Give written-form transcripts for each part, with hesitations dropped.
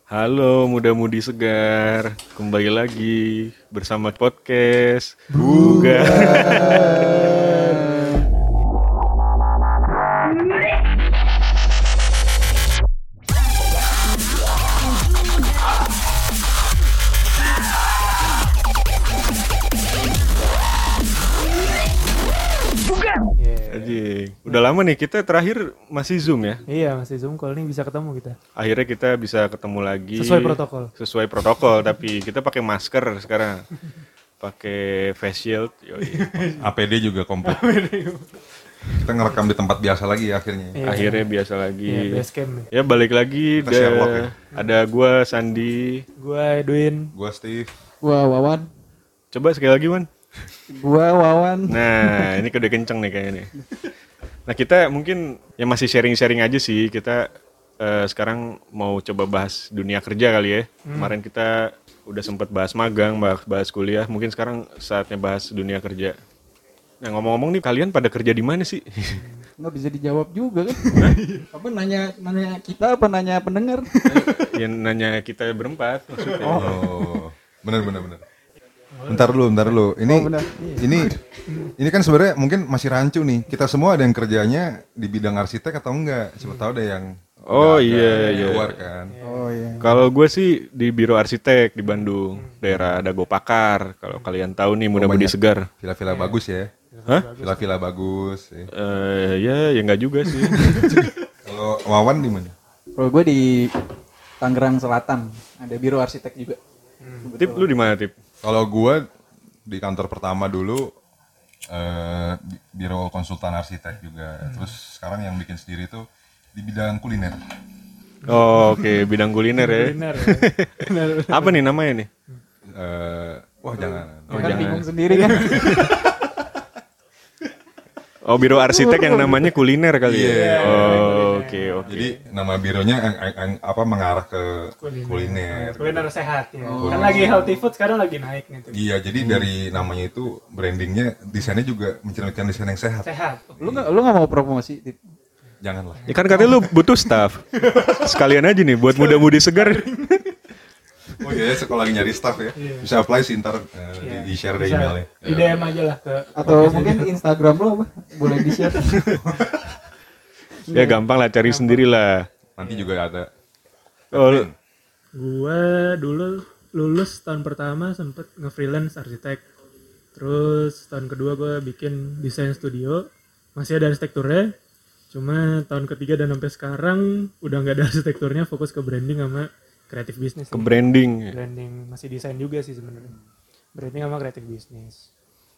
Halo muda-mudi segar, kembali lagi bersama podcast Bugar. Anjing, udah lama nih kita terakhir masih Zoom ya. Iya masih Zoom, kalau ini bisa ketemu kita. Akhirnya kita bisa ketemu lagi. Sesuai protokol. Tapi kita pakai masker sekarang. Pakai face shield. APD juga komplit. Kita ngerekam di tempat biasa lagi ya akhirnya. Iya. Akhirnya biasa lagi. Iya, base camp. Ya balik lagi Kita Sherlock ya. ada gua Sandi. Gua Edwin. Gua Steve. Gua Wawan. Coba sekali lagi, Wan. Gua Wawan. Nah, ini udah kenceng nih kayaknya. Nah, kita mungkin ya masih sharing-sharing aja sih. Kita sekarang mau coba bahas dunia kerja kali ya. Kemarin kita udah sempat bahas magang, bahas kuliah. Mungkin sekarang saatnya bahas dunia kerja. Nah, ngomong-ngomong nih, kalian pada kerja di mana sih? Nggak bisa dijawab juga kan? Apa nanya kita apa nanya pendengar? Yang nanya kita berempat maksudnya. Oh, benar. Bentar dulu. Ini benar. ini kan sebenarnya mungkin masih rancu nih. Kita semua ada yang kerjanya di bidang arsitek atau enggak? Siapa tahu ada yang Oh, udah iya. keluar kan. Oh iya. Kalau gue sih di Biro Arsitek di Bandung, daerah Dago Pakar. Kalau kalian tahu nih, muda-mudi banyak. segar. Villa-villa bagus ya. Hah? Villa-villa bagus. Ya. Ya enggak juga sih. Kalau Wawan di mana? Kalau gue di Tangerang Selatan ada biro arsitek juga. Tip, lu di mana, Tip? Kalau gua di kantor pertama dulu biro konsultan arsitek juga. Terus sekarang yang bikin sendiri itu di bidang kuliner. Oh, oke, bidang kuliner ya. Benar. Apa nih namanya nih? Wah jangan. Oh, Kan jangan. bingung sendiri kan. Oh, Biro Arsitek yang namanya kuliner kali ya. Iya. Oh, oke. Jadi nama bironya mengarah ke kuliner. Kuliner sehat ya. Kan lagi healthy food sekarang lagi naik nih tuh. Iya, jadi dari namanya itu brandingnya, desainnya juga mencerminkan desain yang sehat. Sehat. Lu nggak mau promosi? Dit? Janganlah. Ya kan katanya lu butuh staff. Sekalian aja nih buat muda-mudi segar. Oh iya, sekolah lagi nyari staff ya. Bisa apply sih ntar di share deh Bisa emailnya. di DM aja lah ke Atau mungkin Instagram lo apa? Boleh di-share. Ya gampang lah, cari sendiri lah. Nanti juga ada. Oh, Gua dulu lulus tahun pertama sempet nge-freelance arsitek. Terus tahun kedua gua bikin desain studio. Masih ada arsitekturnya. Cuma tahun ketiga dan sampai sekarang udah nggak ada arsitekturnya, fokus ke branding sama kreatif bisnis. ke branding. Branding masih desain juga sih sebenarnya. Branding sama kreatif bisnis.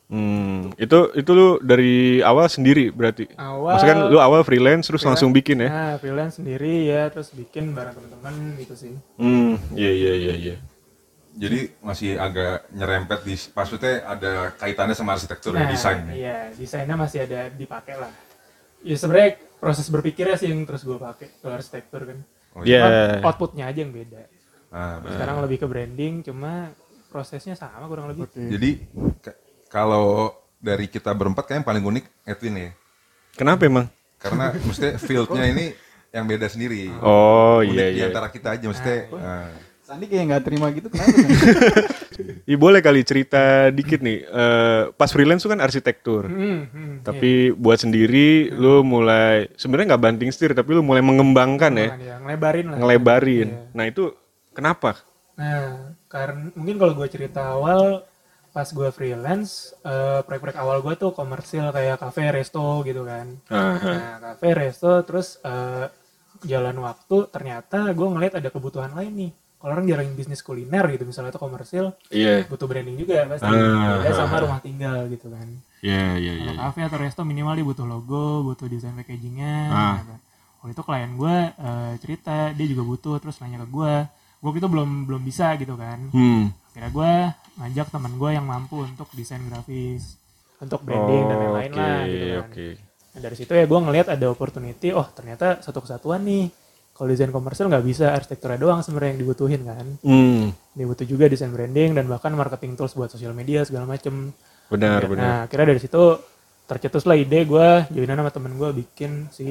Itu lu dari awal sendiri berarti? Awal- Maksudnya kan lu awal freelance terus langsung bikin ya? Nah, freelance sendiri ya, terus bikin bareng teman-teman gitu sih. Iya. Jadi masih agak nyerempet di maksudnya ada kaitannya sama arsitektur dan desain. Ya? Iya, desainnya masih ada dipakai lah. Ya sebenarnya proses berpikirnya sih yang terus gue pakai kalau arsitektur kan. Oh, Iya. Cuma outputnya aja yang beda. Sekarang lebih ke branding, cuma prosesnya sama kurang lebih. Jadi kalau dari kita berempat kayaknya yang paling unik Edwin ya. Kenapa emang? Karena maksudnya fieldnya ini yang beda sendiri. Oh, Unik iya. di antara kita aja maksudnya. Sandi kayak nggak terima gitu kenapa? Kan? Iya, boleh kali cerita dikit nih. Pas freelance tuh kan arsitektur. Tapi buat sendiri lu mulai sebenarnya nggak banting setir, tapi lu mulai mengembangkan ya, Ya, ngelebarin lah. ngelebarin. Iya. Nah, itu kenapa? Nah, karena mungkin kalau gue cerita awal pas gue freelance, proyek-proyek awal gue tuh komersil kayak kafe, resto gitu kan. Nah, kafe, resto, terus jalan waktu ternyata gue ngeliat ada kebutuhan lain nih. Kalau orang jarang bisnis kuliner gitu, misalnya itu komersil, Iya. butuh branding juga pasti. Beda sama rumah tinggal gitu kan. Iya. Kalau kafe atau resto minimal dia butuh logo, butuh desain packagingnya. Gitu. Waktu itu klien gue cerita dia juga butuh, terus nanya ke gue itu belum bisa gitu kan. Akhirnya gue ngajak teman gue yang mampu untuk desain grafis, untuk branding dan lain-lain lah gitu kan. Nah, dari situ ya gue ngelihat ada opportunity, oh ternyata satu kesatuan nih. Kalau desain komersil nggak bisa, arsitekturnya doang sebenarnya yang dibutuhin kan. Dia butuh juga desain branding dan bahkan marketing tools buat sosial media segala macem. Benar. Nah akhirnya dari situ tercetuslah ide gue joinan sama temen gue bikin si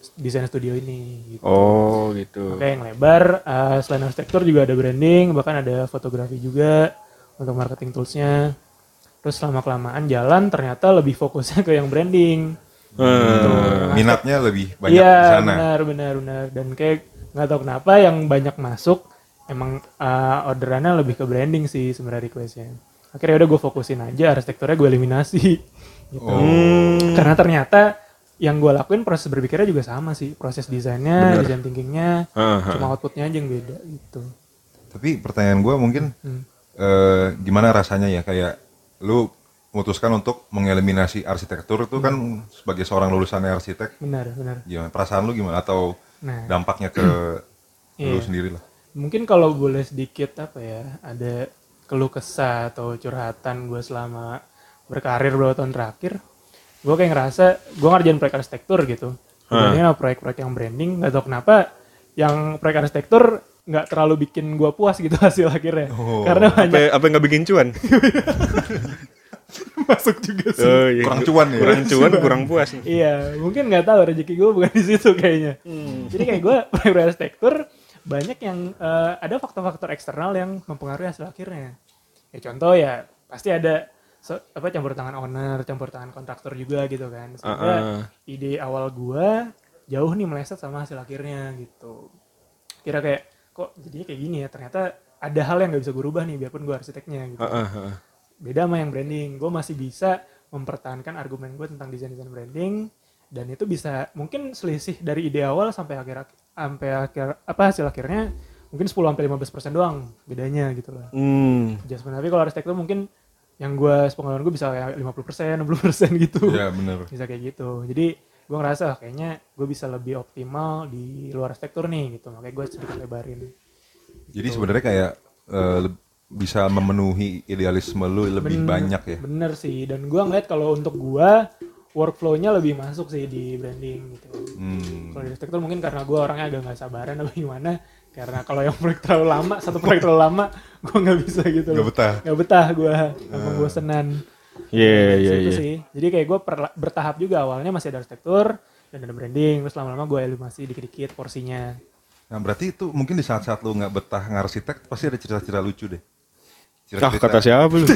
desain studio ini gitu. Oh gitu. Oke, yang lebar, selain arsitektur juga ada branding, bahkan ada fotografi juga untuk marketing toolsnya. Terus lama-kelamaan jalan ternyata lebih fokusnya ke yang branding. Minatnya lebih banyak Iya, di sana. benar. Dan kayak nggak tahu kenapa yang banyak masuk emang orderannya lebih ke branding sih sebenarnya requestnya. Akhirnya udah gue fokusin aja, arsitekturnya gue eliminasi gitu. Karena ternyata yang gue lakuin proses berpikirnya juga sama sih, proses desainnya, desain thinkingnya, cuma outputnya aja yang beda gitu. Tapi pertanyaan gue mungkin gimana rasanya ya kayak lu memutuskan untuk mengeliminasi arsitektur itu kan sebagai seorang lulusan arsitek. Benar. Gimana perasaan lu gimana atau dampaknya ke lu sendiri lah? Mungkin kalau boleh sedikit ada keluh kesah atau curhatan gue selama berkarir beberapa tahun terakhir, gue kayak ngerasa gue ngerjain proyek arsitektur gitu, dibandingin proyek-proyek yang branding. Gak tau kenapa yang proyek arsitektur nggak terlalu bikin gue puas gitu hasil akhirnya, karena banyak Apa nggak bikin cuan? masuk juga sih. Iya. Kurang cuan ya? Kurang cuan, kurang puas. Iya, mungkin nggak tahu rezeki gue bukan di situ kayaknya. Jadi kayak gue proyek arsitektur banyak yang ada faktor-faktor eksternal yang mempengaruhi hasil akhirnya. Ya contoh ya pasti ada campur tangan owner, campur tangan kontraktor juga gitu kan. Sehingga ide awal gue jauh nih meleset sama hasil akhirnya gitu. Kira kayak kok jadinya kayak gini ya, ternyata ada hal yang nggak bisa gue rubah nih biarpun gue arsiteknya gitu. Beda sama yang branding, gue masih bisa mempertahankan argumen gue tentang desain branding, dan itu bisa mungkin selisih dari ide awal sampai hasil akhirnya mungkin 10-15% doang bedanya gitu lah. Adjustment. Tapi kalau arsitektur mungkin yang pengalaman gue bisa kayak 50%, 60% gitu. Iya benar. Bisa kayak gitu. Jadi gue ngerasa kayaknya gue bisa lebih optimal di luar arsitektur nih gitu, makanya gue sedikit lebarin. Jadi sebenarnya kayak bisa memenuhi idealisme lu lebih banyak ya. Bener sih, dan gue ngeliat kalau untuk gue workflow-nya lebih masuk sih di branding gitu. Kalau di arsitektur mungkin karena gue orangnya agak nggak sabaran atau gimana, karena kalau yang proyek terlalu lama, satu proyek terlalu lama, gue nggak bisa gitu. Nggak betah gue, gampang bosenan. Iya. Sih. Jadi kayak gue bertahap juga, awalnya masih ada arsitektur dan ada branding, terus lama-lama gue eliminasi dikit-dikit porsinya. Nah berarti itu mungkin di saat-saat lu nggak betah ngarsitek pasti ada cerita-cerita lucu deh. Kata siapa lu?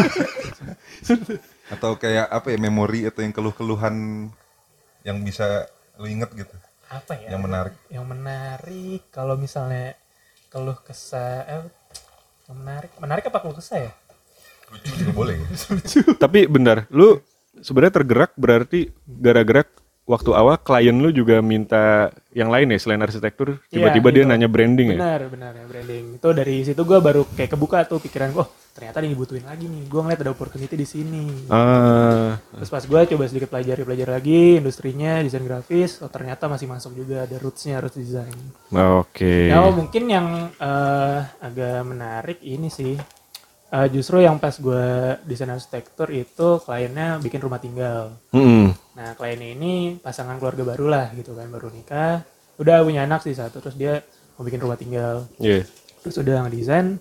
Atau kayak apa ya, memori atau yang keluh-keluhan yang bisa lu inget gitu. Apa ya? Yang menarik. Yang menarik kalau misalnya keluh kesah yang menarik apa keluh kesah ya? Lucu juga boleh ya. Tapi bentar, lu sebenarnya tergerak berarti gara-gara waktu awal klien lu juga minta yang lain ya selain arsitektur, tiba-tiba dia nanya branding ya? Benar ya, branding. Itu dari situ gue baru kayak kebuka tuh pikiran gue, ternyata ini dibutuhin lagi nih. Gue ngeliat ada opportunity di sini. Terus pas gue coba sedikit pelajari lagi industrinya, desain grafis, ternyata masih masuk juga, ada roots design. Oke. Nah, mungkin yang agak menarik ini sih. Justru yang pas gue desain arsitektur itu kliennya bikin rumah tinggal. Nah kliennya ini pasangan keluarga baru lah gitu kan, baru nikah, udah punya anak sih satu, terus dia mau bikin rumah tinggal. Terus udah ngedesain,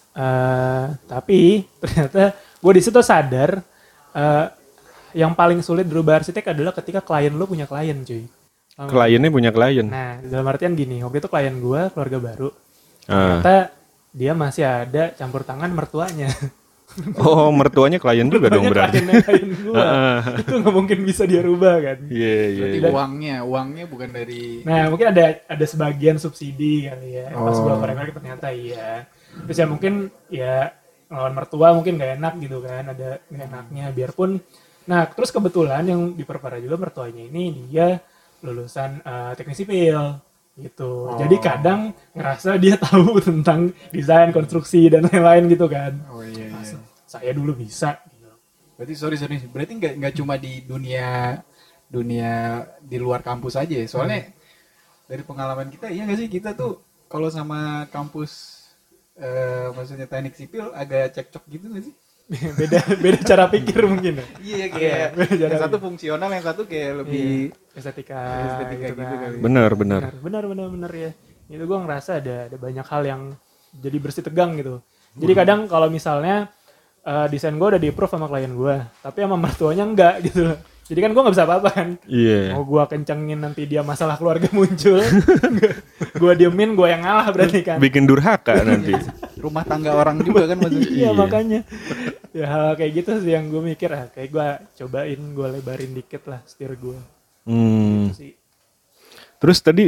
tapi ternyata gue di situ sadar yang paling sulit berubah arsitek adalah ketika klien lu punya klien cuy. Kliennya punya klien. Nah dalam artian gini, waktu itu klien gue keluarga baru, ternyata dia masih ada campur tangan mertuanya. Oh, mertuanya klien juga dong berarti. Klien gue. Itu nggak mungkin bisa dia rubah kan. Berarti uangnya bukan dari. Nah, mungkin ada sebagian subsidi kali ya. Pas gue korek-korek ternyata iya. Terus ya mungkin ya ngelawan mertua mungkin gak enak gitu kan, ada gak enaknya biarpun. Nah, terus kebetulan yang diperparah juga mertuanya ini dia lulusan teknik sipil. Gitu. Jadi kadang ngerasa dia tahu tentang desain, konstruksi dan lain-lain gitu kan. Iya. Saya dulu bisa gitu. Berarti sorry. Berarti nggak cuma di dunia di luar kampus aja ya. Soalnya dari pengalaman kita iya nggak sih, kita tuh kalau sama kampus maksudnya teknik sipil agak cekcok gitu nggak sih? beda cara pikir mungkin ya. Iya kayak yang satu fungsional, yang satu kayak lebih estetika gitu kali. Benar ya. Itu gue ngerasa ada banyak hal yang jadi bersih tegang gitu. Jadi kadang kalau misalnya desain gue udah di-approve sama klien gue, tapi sama mertuanya enggak gitu. Jadi kan gue nggak bisa apa-apa kan. Iya. Mau gue kencengin nanti dia masalah keluarga muncul, gue diemin, gue yang ngalah berarti kan. Bikin durhaka nanti. Rumah tangga orang juga kan maksudnya. Iya makanya. Ya hal kayak gitu sih yang gue mikir, kayak gue cobain, gue lebarin dikit lah setir gue. Gitu sih. Terus tadi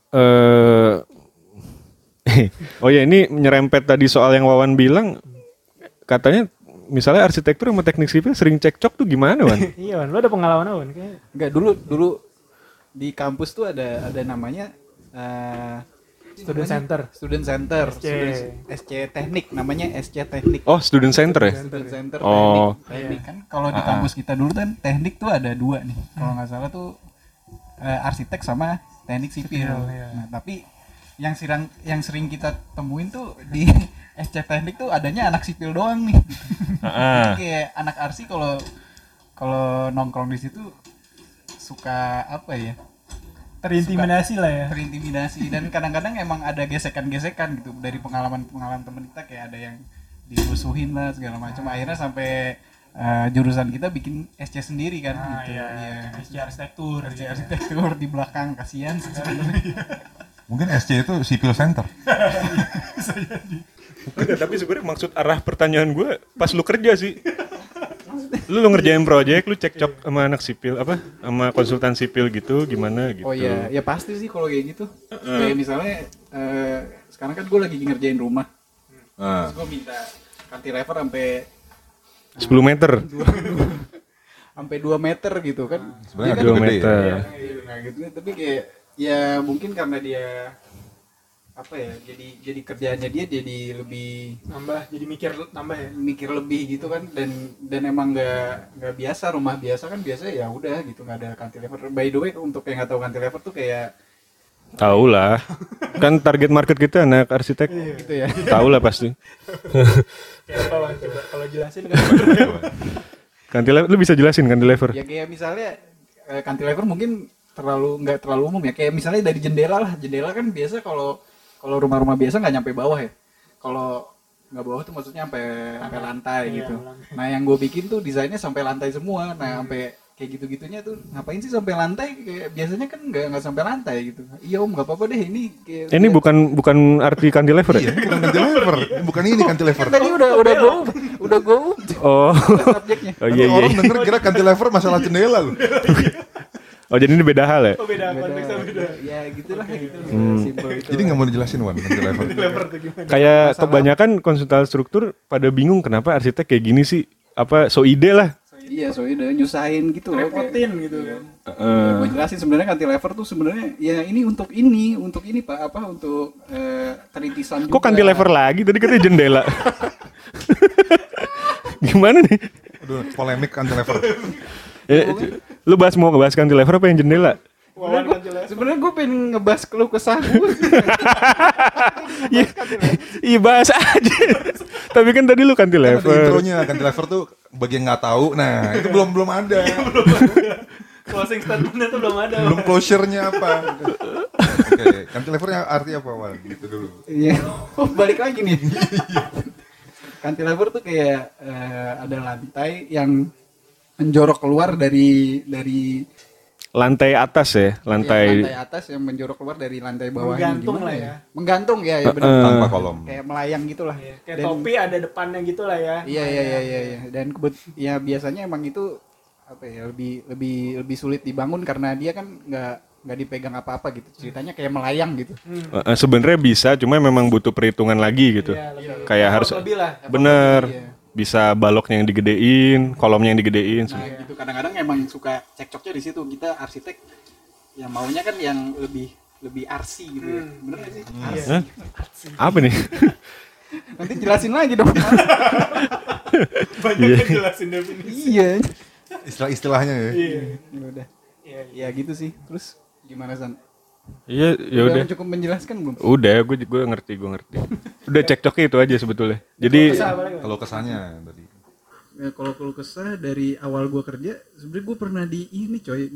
oh ya, ini nyerempet tadi soal yang Wawan bilang, katanya misalnya arsitektur sama teknik sipil sering cekcok tuh gimana, Wan? Iya Wan, lo ada pengalaman apa Wan? Enggak, dulu di kampus tuh ada namanya Student Center. SC Teknik, namanya SC Teknik. Oh, student center ya? Student Center Oh. Teknik kan. Kalau di kampus kita dulu kan teknik tuh ada 2 nih. Kalau nggak salah tuh arsitek sama teknik sipil. Nah, tapi yang sering kita temuin tuh di SC Teknik tuh adanya anak sipil doang nih. Jadi kayak anak arsi kalau nongkrong di situ suka apa ya? Terintimidasi lah ya. Terintimidasi, dan kadang-kadang emang ada gesekan-gesekan gitu dari pengalaman teman kita, kayak ada yang dirusuhin lah segala macam. Akhirnya sampai jurusan kita bikin SC sendiri kan gitu. Iya. SC arsitektur. SC arsitektur di belakang, kasihan sih sebenarnya. Mungkin SC itu Civil Center. Enggak, tapi sebenarnya maksud arah pertanyaan gue pas lu kerja sih. Lu ngerjain proyek, lu cekcok sama anak sipil apa? Sama konsultan sipil gitu, gimana gitu. Oh iya, ya pasti sih kalau kayak gitu. Kayak misalnya sekarang kan gue lagi ngerjain rumah. Terus gue minta cantilever sampai 10 meter. sampai 2 meter gitu kan. Sebenarnya Dia agak 2 gede meter. ya. Nah gitu, tapi kayak ya mungkin karena dia apa ya, jadi kerjaannya dia jadi lebih Jadi mikir nambah ya. mikir lebih gitu kan, dan emang nggak biasa, rumah biasa kan biasa ya udah gitu, nggak ada cantilever. By the way, untuk yang nggak tahu cantilever tuh kayak Tahu lah. Kan target market kita anak arsitek. gitu ya. Tahu lah pasti. Kayak apa Wan? Coba kalau jelasin kan. Cantilever, lu bisa jelasin cantilever? Ya kayak misalnya cantilever mungkin nggak terlalu umum ya. Kayak misalnya dari jendela lah. Jendela kan biasa kalau rumah-rumah biasa nggak nyampe bawah ya. Kalau nggak bawah tuh maksudnya sampai lantai gitu. Nah yang gue bikin tuh desainnya sampai lantai semua. Nah sampai kayak gitu-gitunya tuh ngapain sih sampai lantai? Kayak biasanya kan nggak sampai lantai gitu. Iya om, nggak apa-apa deh ini. Ini bukan arti cantilever ya? Iya, bukan cantilever. Bukan ini cantilever. Tadi udah gue Oh. subjeknya. Oh iya iya. Orang denger kira cantilever masalah jendela loh. Oh jadi ini beda hal ya? Oh beda, konteksnya beda. Ya gitulah gitu. Simpel itu. Jadi nggak mau dijelasin Wan cantilever. Kayak kebanyakan konsultan struktur pada bingung kenapa arsitek kayak gini sih? Apa so ide lah? Iya, soalnya udah nyusahin gitu loh. Repotin gitu kan. Gue jelasin sebenarnya cantilever tuh sebenarnya ya ini untuk ini Pak, apa untuk terintisan juga. Kok cantilever lagi? Tadi katanya jendela. Gimana nih? Aduh, polemik cantilever. Lu mau ngebahas cantilever apa yang jendela? Sebenarnya gue pengen ngebahas keluh kesah gue. Iya bahas aja. Tapi kan tadi lu Kan ada cantilever. intronya cantilever tuh bagi yang nggak tahu. Nah, itu belum ada. Closing statementnya tuh belum ada. Belum closure-nya apa. Oke, cantilevernya arti apa Wan? Gitu dulu. Iya. Oh, balik lagi nih. Cantilever tuh kayak ada lantai yang menjorok keluar dari Lantai atas ya, lantai atas yang menjorok keluar dari lantai bawah. Menggantung lah ya. Menggantung ya benar. Tanpa kolom. Kayak melayang gitulah. Kayak topi ada depannya gitu lah ya. Iya. Dan ya biasanya emang itu apa ya, lebih sulit dibangun karena dia kan nggak dipegang apa-apa gitu. Ceritanya kayak melayang gitu. sebenarnya bisa, cuma memang butuh perhitungan lagi gitu. Iya, Kayak harus lebih lah. bener. Iya. Bisa baloknya yang digedein, kolomnya yang digedein. Nah gitu, kadang-kadang emang suka cekcoknya di situ. Kita arsitek yang maunya kan yang lebih arsi gitu ya. Bener gak sih? Hah? Apa nih? Nanti jelasin lagi dong. Banyak yang jelasin definisi. Iya. Istilah-istilahnya ya. Iya. Ya udah. Ya gitu sih. Terus gimana San? Iya, ya udah. Cukup menjelaskan belum? Udah, gue ngerti. Udah cekcoknya itu aja sebetulnya. Jadi Kalau kesannya tadi. Ya, kalau keluh kesah dari awal gua kerja, sebenarnya gua pernah di ini coy,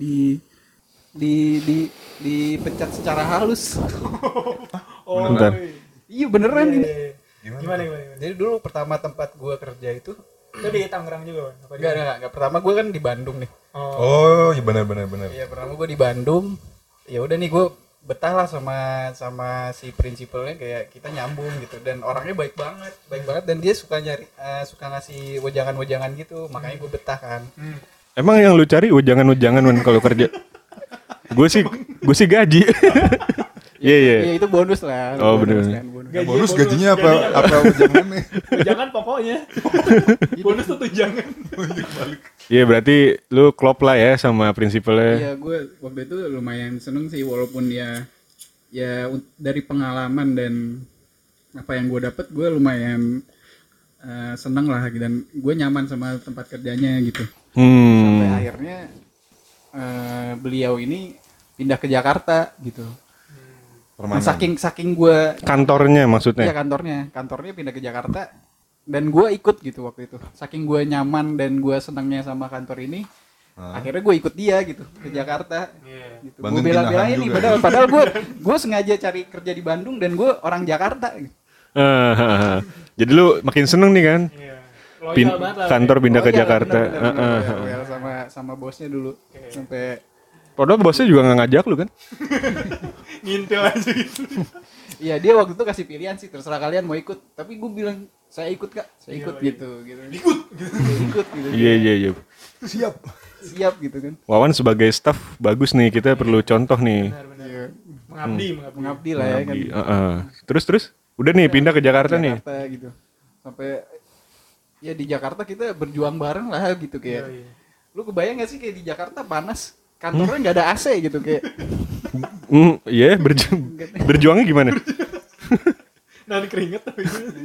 dipecat secara halus. Oh, bentar. Iya beneran ini. Gimana? Jadi dulu pertama tempat gua kerja itu Itu di Tangerang juga, Wan? Enggak. Pertama gue kan di Bandung nih. Oh, iya benar. Iya, pertama gue di Bandung. Ya udah nih gue betah lah sama si prinsipalnya, kayak kita nyambung gitu, dan orangnya baik banget dan dia suka ngasih wejangan gitu, makanya gue betah kan. Emang yang lu cari wejangan-wejangan Man kalau kerja? Gue sih gaji. Iya. Ya itu bonus lah. Oh, bener. Kan, Bonus gajinya apa wejangannya? Jangan pokoknya. Bonus tuh tunjangan. Iya, berarti lu klop lah ya sama prinsipalnya. Iya, gue waktu itu lumayan seneng sih, walaupun ya dari pengalaman dan apa yang gue dapet, gue lumayan seneng lah, dan gue nyaman sama tempat kerjanya gitu. Sampai akhirnya beliau ini pindah ke Jakarta gitu. Nah, saking gue Kantornya maksudnya? Iya, kantornya pindah ke Jakarta, dan gue ikut gitu waktu itu. Saking gue nyaman dan gue senangnya sama kantor ini, akhirnya gue ikut dia gitu ke Jakarta. Gitu. Gue bela-belain nih, padahal gue sengaja cari kerja di Bandung dan gue orang Jakarta. Gitu. Jadi lu makin seneng nih kan? Kantor pindah ke Jakarta. Bener, sama bosnya dulu. Sampai padahal bosnya juga nggak ngajak lu kan? Ngintil aja gitu. Iya, dia waktu itu kasih pilihan sih, terserah kalian mau ikut. Tapi gue bilang, saya ikut Kak, saya ikut gitu. Ikut gitu. Iya. Siap gitu kan. Wawan sebagai staff bagus nih, kita perlu contoh nih. Iya. Mengabdi lah ya kan. Terus udah nih pindah ke Jakarta nih. Gitu. Sampai ya di Jakarta kita berjuang bareng lah gitu kayak. Lu kebayang gak sih kayak di Jakarta panas, kantornya nggak ada AC gitu kayak. Iya, berjuangnya gimana? Nahan keringet tapi.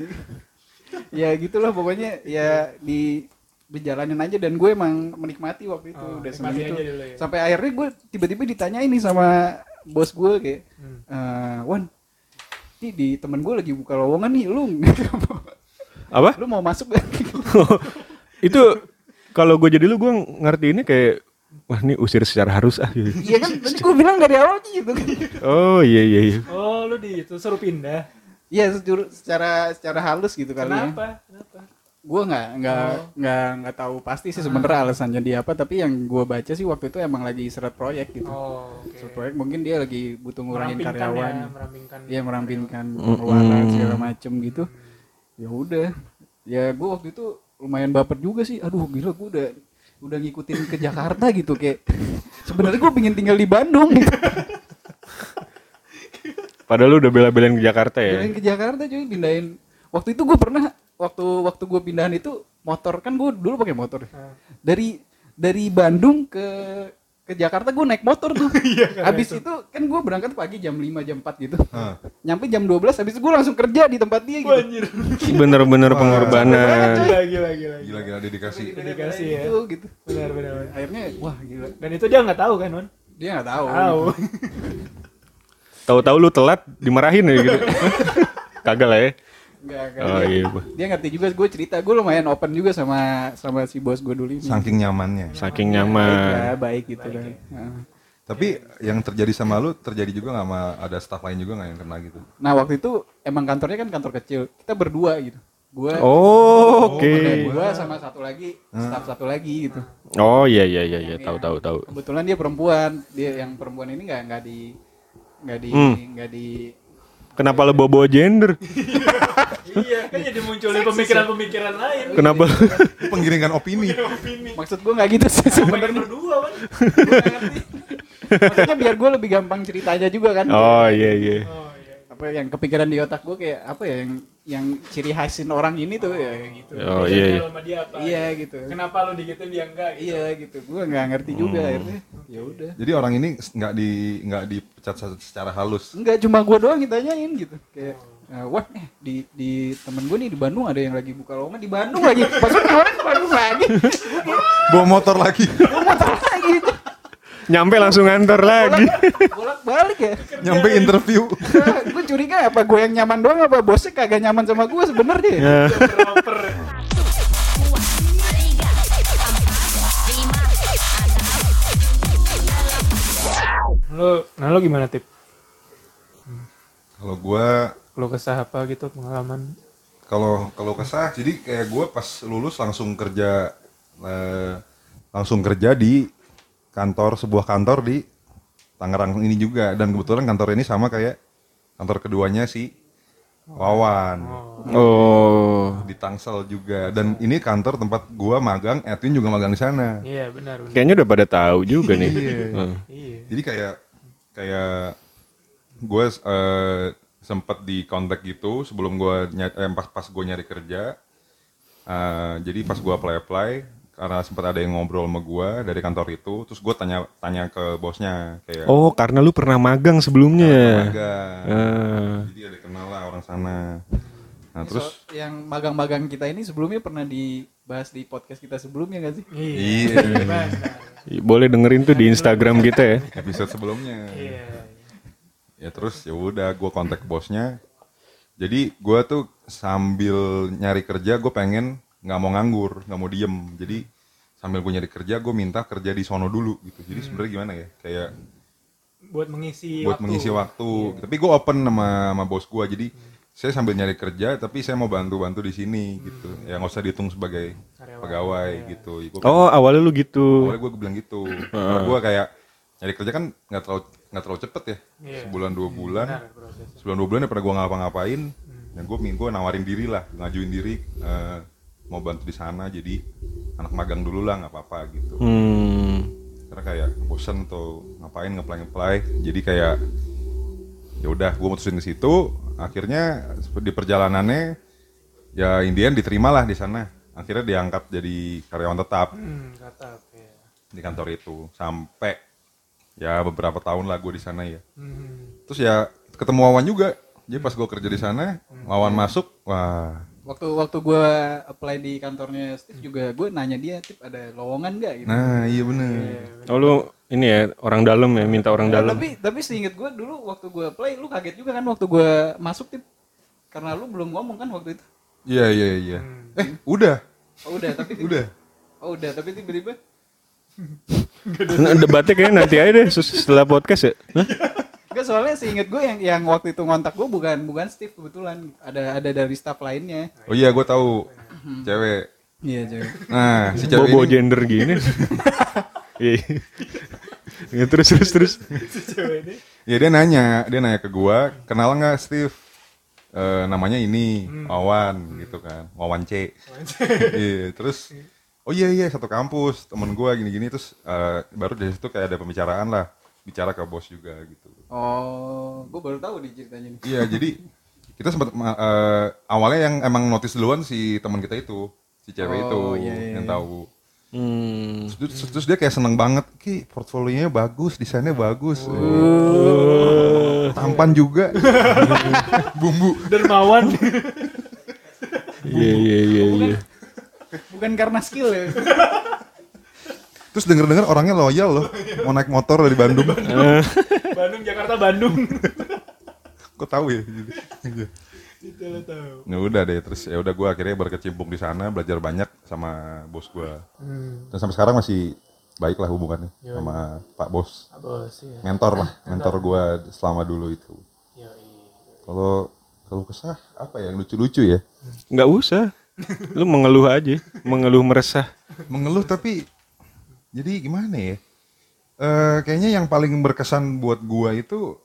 Ya gitulah pokoknya, ya dijalanin aja, dan gue emang menikmati waktu itu. Udah seneng itu. Ya. Sampai akhirnya gue tiba-tiba ditanyain nih sama bos gue kayak, Wan, ini di temen gue lagi buka lowongan nih, lu apa? Lu mau masuk gak? Itu kalau gue jadi lu, gue ngerti ini kayak, wah ini usir secara harus gitu. Iya kan, tadi gue bilang dari awal gitu. Oh iya. Oh, lu suruh pindah. Iya, secara halus gitu kali ya. Kenapa? Gue nggak tahu pasti sih sebenarnya alasannya dia apa, tapi yang gue baca sih waktu itu emang lagi seret proyek gitu. Seret proyek, mungkin dia lagi butuh ngurangin karyawan. Iya, merampingkan pengeluaran segala macem gitu. Ya udah, ya gue waktu itu lumayan baper juga sih. Aduh gila, gue udah ngikutin ke Jakarta gitu, kayak sebenarnya gue pengen tinggal di Bandung gitu. Padahal lu udah bela-belain ke Jakarta ya? Belain ke Jakarta cuy, pindahin. Waktu itu gue pernah, waktu gue pindahan itu motor, kan gue dulu pakai motor. Dari Bandung ke Jakarta gue naik motor tuh. Habis itu kan gue berangkat pagi jam 5 jam 4 gitu. Nyampe jam 12, habis itu gue langsung kerja di tempat dia gitu. Bener-bener pengorbanan. Gila dedikasi Ya. Gitu. Benar. Akhirnya wah gila. Dan itu dia nggak tahu kan, Wan? Dia nggak tahu. Tahu-tahu lu telat dimarahin ya gitu. Kagak lah ya. Enggak. Oh iya. Dia ngerti juga, gue cerita, gue lumayan open juga sama si bos gue dulu ini. saking nyamannya. Saking nyaman. Baik gitu kan. Tapi yang terjadi sama lu terjadi juga nggak sama ada staff lain juga nggak yang kena gitu? Nah waktu itu emang kantornya kan kantor kecil, kita berdua gitu. Gue Gue sama satu lagi, staff satu lagi gitu. Oh iya. Tahu. Kebetulan dia perempuan, yang perempuan ini nggak di Kenapa lo bawa gender? Iya, kan jadi munculin pemikiran-pemikiran lain. Kenapa? Penggiringan opini. Maksud gue nggak gitu sih sebenarnya. Berdua kan. Maksudnya biar gue lebih gampang ceritanya juga kan. Oh iya. Apa yang kepikiran di otak gue kayak apa ya, yang ciri khasin orang ini tuh ya gitu. Oh iya. Iya gitu. Kenapa lu digituin dia enggak gitu. Iya gitu. Gue nggak ngerti juga akhirnya. Ya udah. Jadi orang ini nggak dipecat secara halus. Enggak, cuma gue doang ditanyain gitu. Kayak wah di temen gue nih di Bandung ada yang lagi buka lowongan di Bandung lagi. Maksudnya kemarin ke Bandung lagi. Bawa motor lagi. Nyampe langsung ngantor lagi. Bolak-balik ya. Nyampe interview. Gue curiga apa gue yang nyaman doang, apa bosnya kagak nyaman sama gue sebenarnya. Ya. Lo gimana, Tip? Kalau gue Lo kesah apa gitu pengalaman Kalau kesah, jadi kayak gue pas lulus langsung kerja di sebuah kantor di Tangerang ini juga, dan kebetulan kantor ini sama kayak kantor keduanya si Wawan. Di Tangsel juga, dan ini kantor tempat gue magang, Edwin juga magang di sana. Iya benar. Kayaknya udah pada tahu juga nih. Iya. Jadi kayak gue sempet di kontak gitu sebelum pas gue nyari kerja. Jadi pas gue apply karena sempat ada yang ngobrol sama gue dari kantor itu, terus gue tanya ke bosnya kayak. Oh, karena lu pernah magang sebelumnya. Jadi ada kenal lah orang sana. Nah Ini terus yang magang-magang kita ini sebelumnya pernah dibahas di podcast kita sebelumnya nggak sih? iya Boleh dengerin tuh di Instagram kita ya. episode sebelumnya. Iya. Ya terus ya udah gue kontak bosnya. Jadi gue tuh sambil nyari kerja gue pengen nggak mau nganggur, nggak mau diem. Jadi sambil gue nyari kerja gue minta kerja di sono dulu gitu. Jadi sebenarnya gimana ya, kayak Buat mengisi mengisi waktu. Tapi gue open sama bos gue. Jadi saya sambil nyari kerja tapi saya mau bantu di sini gitu. Ya nggak usah dihitung sebagai pegawai gitu. Ya, Oh, awalnya lu gitu. awalnya gue bilang gitu. Karena gue kayak nyari kerja kan nggak terlalu cepet ya. Sebulan 2 bulan. Sebulan 2 bulan ya pernah gue ngapa-ngapain. Ya gue nawarin diri lah, ngajuin diri mau bantu di sana, jadi anak magang dulu lah, nggak apa-apa gitu. Karena kayak bosen tuh ngapain ngeplay, jadi kayak ya udah gue mutusin ke situ. Akhirnya di perjalanannya ya Indian diterima lah di sana. Akhirnya diangkat jadi karyawan tetap di kantor itu sampai ya beberapa tahun lah gue di sana ya. Terus ya ketemu Wawan juga. Jadi pas gue kerja di sana, Wawan masuk, wah. Waktu gue apply di kantornya Steve juga gue nanya dia, Steve ada lowongan nggak gitu. Nah iya bener. Oh, lu ini ya orang dalam ya, minta orang dalam. Tapi seinget gue dulu waktu gue apply, lu kaget juga kan waktu gue masuk, Steve, karena lu belum ngomong kan waktu itu. Iya. Udah. Oh udah, tapi Udah. Oh udah, tapi tiba-tiba Nah, debatnya kayaknya nanti aja deh setelah podcast ya. Hah? Enggak, soalnya seinget gue yang waktu itu ngontak gue bukan Steve, kebetulan ada dari staff lainnya. Oh iya gue tahu. Cewek. Iya cewek. Nah si cewek Bobo ini. gender gini. Iya. Ya, terus. Ya dia nanya ke gue, kenal nggak Steve? Namanya ini Wawan gitu kan, Wawan C. Iya, terus oh iya satu kampus, temen gue gini-gini, terus baru dari situ kayak ada pembicaraan lah, bicara ke bos juga gitu. Oh, gue baru tahu nih ceritanya nih. Iya, jadi kita sempat awalnya yang emang notice duluan si teman kita itu, si cewek itu yang tahu. Terus dia kayak seneng banget, Ki, portfolionya bagus, desainnya bagus, tampan juga, bumbu. Dermawan. Iya. Bukan karena skill ya. Terus denger orangnya loyal loh, mau naik motor dari Bandung. Bandung. Kok tahu ya? Itu lo tahu. Ya udah deh, terus ya udah gue akhirnya berkecimpung di sana, belajar banyak sama bos gue. Dan sampai sekarang masih baik lah hubungannya sama Pak Bos. Bos ya. Mentor gue selama dulu itu. Kalau kesah apa ya yang lucu-lucu ya? Nggak usah. Lu mengeluh aja, meresah. Mengeluh tapi jadi gimana ya? Kayaknya yang paling berkesan buat gue itu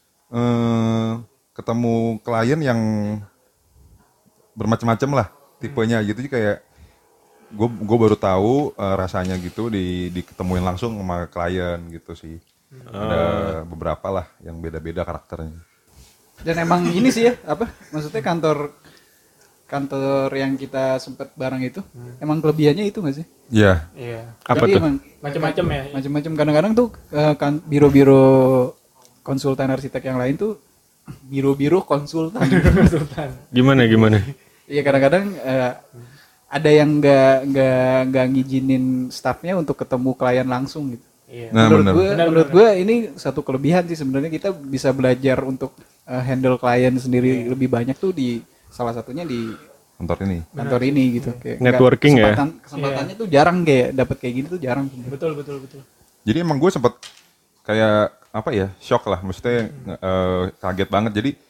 ketemu klien yang bermacam-macam lah tipenya gitu, kayak gue baru tahu rasanya gitu diketemuin langsung sama klien gitu sih. Ada beberapa lah yang beda-beda karakternya. Dan emang ini sih ya, maksudnya kantor yang kita sempat bareng itu emang kelebihannya itu nggak sih? Iya. Apa Jadi tuh? emang Macam-macam ya. macam-macam. Kadang-kadang tuh biro-biro konsultan arsitek yang lain tuh biro-biro konsultan. Gimana? Iya, kadang-kadang ada yang nggak ngizinin staffnya untuk ketemu klien langsung gitu. Iya. Nah, Menurut gue ini satu kelebihan sih sebenarnya, kita bisa belajar untuk handle klien sendiri lebih banyak tuh di salah satunya di kantor ini gitu. Kayak Networking ya. Kesempatannya tuh jarang, kayak dapat kayak gini tuh jarang. Betul. Jadi emang gue sempet kayak shock lah, maksudnya kaget banget. Jadi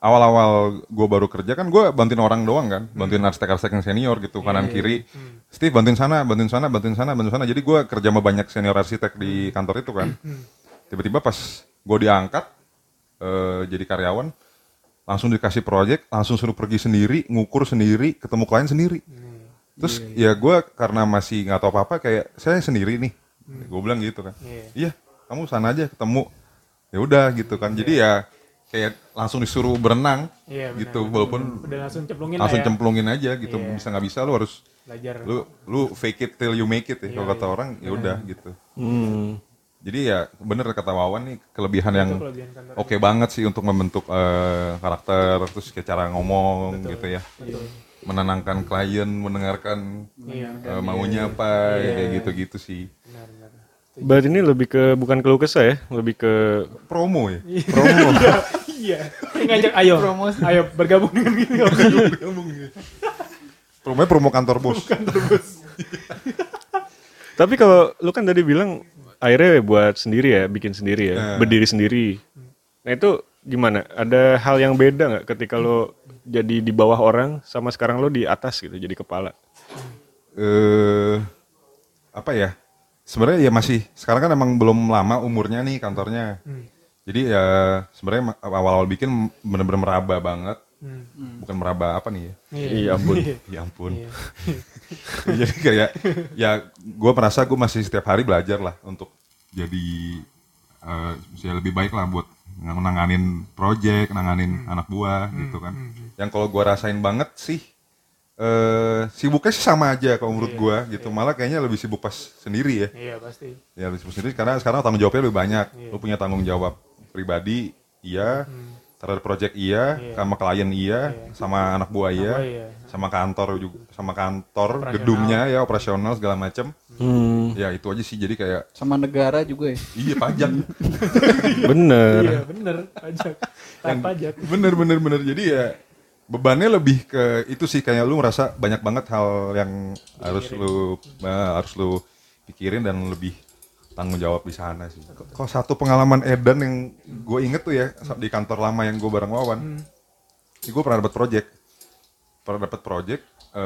awal-awal gue baru kerja kan gue bantuin orang doang kan, bantuin arsitek-arsitek yang senior gitu, kanan kiri. Steve bantuin sana. Jadi gue kerja sama banyak senior arsitek di kantor itu kan. Tiba-tiba pas gue diangkat jadi karyawan, langsung dikasih proyek, langsung suruh pergi sendiri, ngukur sendiri, ketemu klien sendiri. Terus ya gue karena masih nggak tahu apa-apa, kayak saya sendiri nih, gue bilang gitu kan. Iya, kamu sana aja ketemu. Ya udah gitu kan. Jadi ya kayak langsung disuruh berenang gitu, walaupun udah langsung cemplungin aja gitu. Bisa nggak bisa lu harus belajar. Lu fake it till you make it ya, kalau kata orang ya udah gitu. Jadi ya bener kata Wawan nih, kelebihan yang oke banget sih untuk membentuk karakter, terus kayak cara ngomong gitu ya. Menenangkan klien, mendengarkan maunya apa, kayak gitu-gitu sih. Berarti ini lebih ke bukan keluh kesah ya, lebih ke promo ya. Promo. Iya. Ngajak ayo bergabung dengan gitu. Promonya promo kantor bos. Tapi kalau lu kan tadi bilang akhirnya buat sendiri ya, bikin sendiri ya, berdiri sendiri. Nah itu gimana? Ada hal yang beda nggak ketika lo jadi di bawah orang sama sekarang lo di atas gitu, jadi kepala? Apa ya? Sebenarnya ya masih, sekarang kan emang belum lama umurnya nih kantornya. Jadi ya sebenarnya awal-awal bikin bener-bener meraba banget. Bukan meraba apa nih ya? Iya ampun. Ya ampun. Jadi kayak ya gue merasa gue masih setiap hari belajar lah untuk jadi lebih baik lah buat nanganin project, nanganin anak buah gitu kan. Yang kalau gue rasain banget sih sibuknya sih sama aja kalau menurut gue gitu. Malah kayaknya lebih sibuk pas sendiri ya. Iya pasti. Ya lebih sibuk sendiri karena sekarang tanggung jawabnya lebih banyak. Lu punya tanggung jawab pribadi, iya. Terhadap project sama klien sama anak buah sama kantor juga, sama kantor, gedungnya ya, operasional segala macam. Ya itu aja sih, jadi kayak sama negara juga ya. Iya, pajak. Bener. Iya bener, pajak. Bener. Jadi ya bebannya lebih ke itu sih, kayak lu ngerasa banyak banget hal yang harus lu pikirin dan lebih tanggung jawab di sana sih. Kalau satu pengalaman edan yang gue inget tuh ya di kantor lama yang gue bareng Wawan, gue pernah dapat project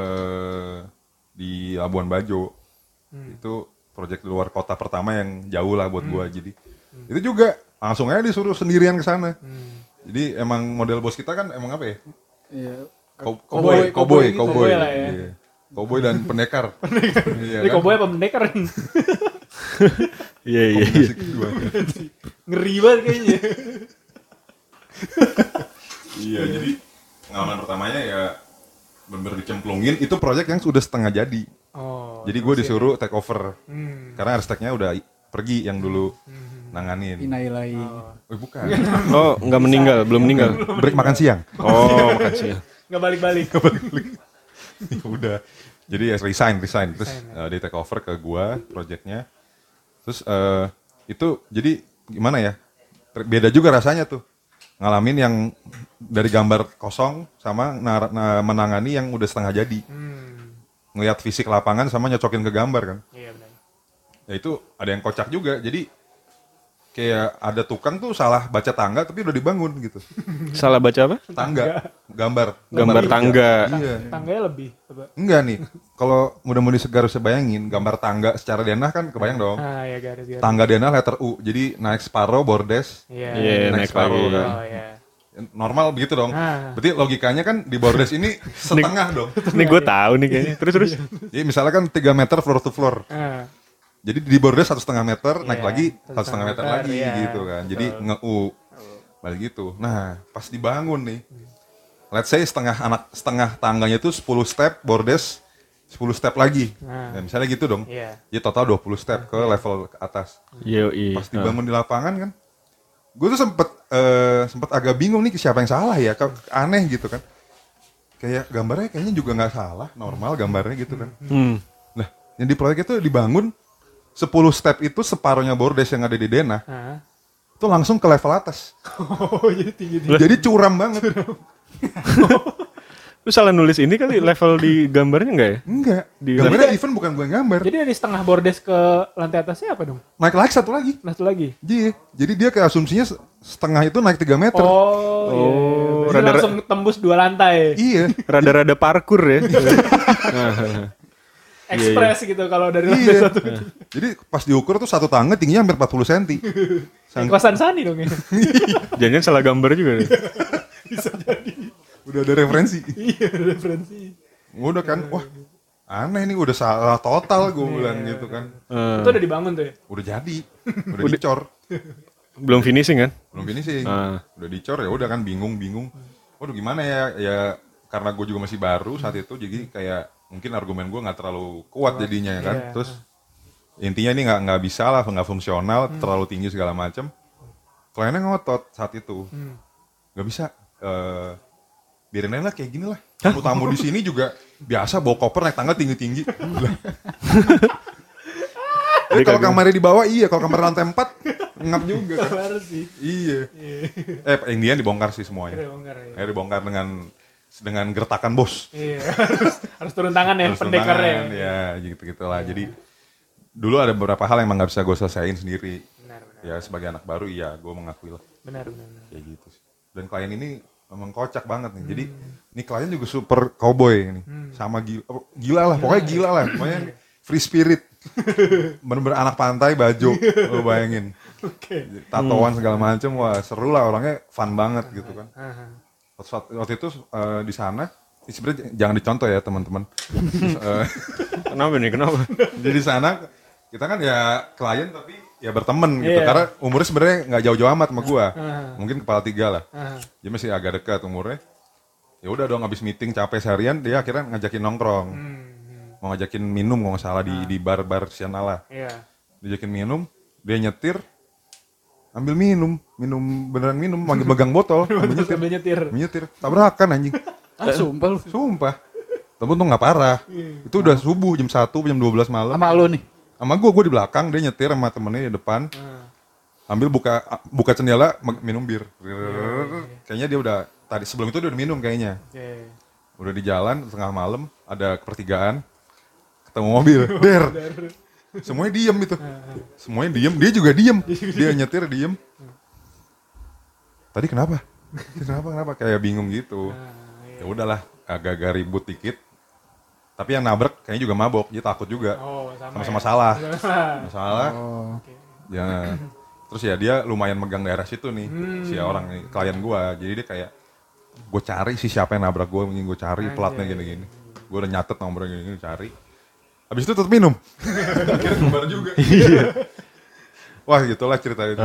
di Labuan Bajo. Itu project di luar kota pertama yang jauh lah buat gue. Jadi itu juga langsung aja disuruh sendirian ke sana. Jadi emang model bos kita kan emang apa ya? Iya. Cowboy lah ya. Iya. Cowboy dan pendekar. Iya, ini cowboy apa pendekar? Iya. Ngeri banget kayaknya. Iya, jadi pengalaman pertamanya ya bener-bener dicemplungin. Itu proyek yang sudah setengah jadi. Jadi gue disuruh take over. Karena arsiteknya udah pergi yang dulu nanganin. Inailahi. Bukan. Oh, belum meninggal. Break makan siang. Oh, makan siang. Nggak balik-balik. Udah. Jadi ya resign. Terus dia take over ke gua projectnya. Terus itu jadi gimana ya? Beda juga rasanya tuh. Ngalamin yang dari gambar kosong sama menangani yang udah setengah jadi. Ngelihat fisik lapangan sama nyocokin ke gambar kan. Iya benar. Ya itu ada yang kocak juga. Jadi kayak ada tukang tuh salah baca tangga tapi udah dibangun gitu. Salah baca apa? Tangga, gambar tangga. Iya. Tangganya lebih. Enggak nih, kalau mudah-mudahan harus bayangin gambar tangga secara denah kan kebayang dong. Ya garis. Tangga denah letter U, jadi naik separuh bordes, naik separuh lagi. kan. Normal begitu dong. Berarti logikanya kan di bordes ini setengah dong. Ini gue tahu nih kayaknya. Terus. Jadi misalnya kan 3 meter floor to floor. Jadi di bordes 1,5 meter, naik lagi 1,5 meter lagi gitu kan. Jadi nge-U balik gitu. Nah, pas dibangun nih. Let's say setengah tangganya itu 10 step, bordes 10 step lagi. Nah, misalnya gitu dong. Ya total 20 step ke level ke atas. Pas dibangun di lapangan kan. Gue tuh sempet agak bingung nih siapa yang salah ya. Aneh gitu kan. Kayak gambarnya kayaknya juga nggak salah, normal gambarnya gitu kan. Nah, yang di proyek itu dibangun 10 step itu separuhnya bordes yang ada di denah. Itu langsung ke level atas. Oh, jadi tinggi. Jadi curam banget. Lu salah nulis ini kali level di gambarnya enggak ya? Enggak. Di Gambarnya even bukan gue yang gambar. Jadi dari setengah bordes ke lantai atasnya apa dong? Naik lagi satu lagi. Satu lagi. Iya. Jadi dia kayak asumsinya setengah itu naik 3 meter. Oh, iya. Jadi langsung tembus 2 lantai. Iya. Rada-rada parkur ya. Express gitu kalau dari lantai Iya. satu. Jadi pas diukur tuh satu tangga tingginya hampir 40 cm. Kosan Sani dong ya. Jangan salah gambar juga nih. Bisa jadi. Udah ada referensi. Iya, referensi. Udah kan, wah aneh nih udah salah total gue bilang gitu kan. Itu udah dibangun tuh ya? Udah jadi, udah dicor. Belum finishing kan? Belum finishing. Udah dicor ya udah kan bingung. Waduh gimana ya karena gue juga masih baru saat itu jadi kayak mungkin argumen gue nggak terlalu kuat jadinya ya kan. Terus intinya ini nggak bisa lah, nggak fungsional, terlalu tinggi segala macam. Kliennya ngotot saat itu, nggak bisa. Biarin aja lah kayak gini lah. Tamu di sini juga biasa bawa koper naik tangga tinggi-tinggi. Jadi kalau kamarnya di bawah iya, kalau kamar lantai 4 ngap juga kan. Iya. Yang dia dibongkar sih semuanya. Dibongkar dengan gertakan bos. Iya. Harus turun tangan ya pendekarnya. Ya gitu-gitulah. Jadi dulu ada beberapa hal yang emang nggak bisa gue selesaiin sendiri. Benar. Ya sebagai anak baru iya gue mengakui lah. Benar. Kayak gitu sih. Dan klien ini memang kocak banget nih. Jadi ini klien juga super cowboy ini. Sama gila lah, pokoknya gila lah. Pokoknya free spirit. Bener-bener anak pantai bajo, lo bayangin. Tatoan segala macem, wah seru lah orangnya fun banget gitu kan. Waktu itu di sana, sebenarnya jangan dicontoh ya teman-teman. Kenapa nih? Kenapa? Jadi di sana kita kan ya klien tapi ya berteman gitu karena umurnya sebenarnya nggak jauh-jauh amat sama gua, mungkin kepala 3 lah, dia masih agak dekat umurnya. Ya udah dong abis meeting capek seharian dia akhirnya ngajakin nongkrong, mau ngajakin minum kalau nggak salah di bar Sianala. Diajakin minum, dia nyetir, ambil minum beneran minum, megang botol, ambil nyetir, tabrakan anjing. Sumpah. Tapi untung nggak parah. Itu udah subuh jam 1 jam 12 malam. Sama lu nih. Sama gue di belakang, dia nyetir sama temennya di depan. Ambil buka jendela, minum bir. Kayaknya dia udah, tadi sebelum itu dia udah minum kayaknya. Udah di jalan, tengah malam, ada pertigaan, ketemu mobil, der. Semuanya diem itu. Semuanya diem, dia juga diem. Dia nyetir, diem. Tadi kenapa? Kenapa? Kayak bingung gitu. Ya udahlah, agak-agak ribut dikit. Tapi yang nabrak kayaknya juga mabok, dia takut juga. Sama-sama salah. Ya. Terus ya dia lumayan megang daerah situ nih, si orang nih, klien gua. Jadi dia kayak, gue cari sih siapa yang nabrak gue, mungkin gue cari platnya gini-gini. Gue udah nyatet nomornya gini-gini, cari. Habis itu tetap minum. Akhirnya kembar juga. Wah gitulah cerita itu.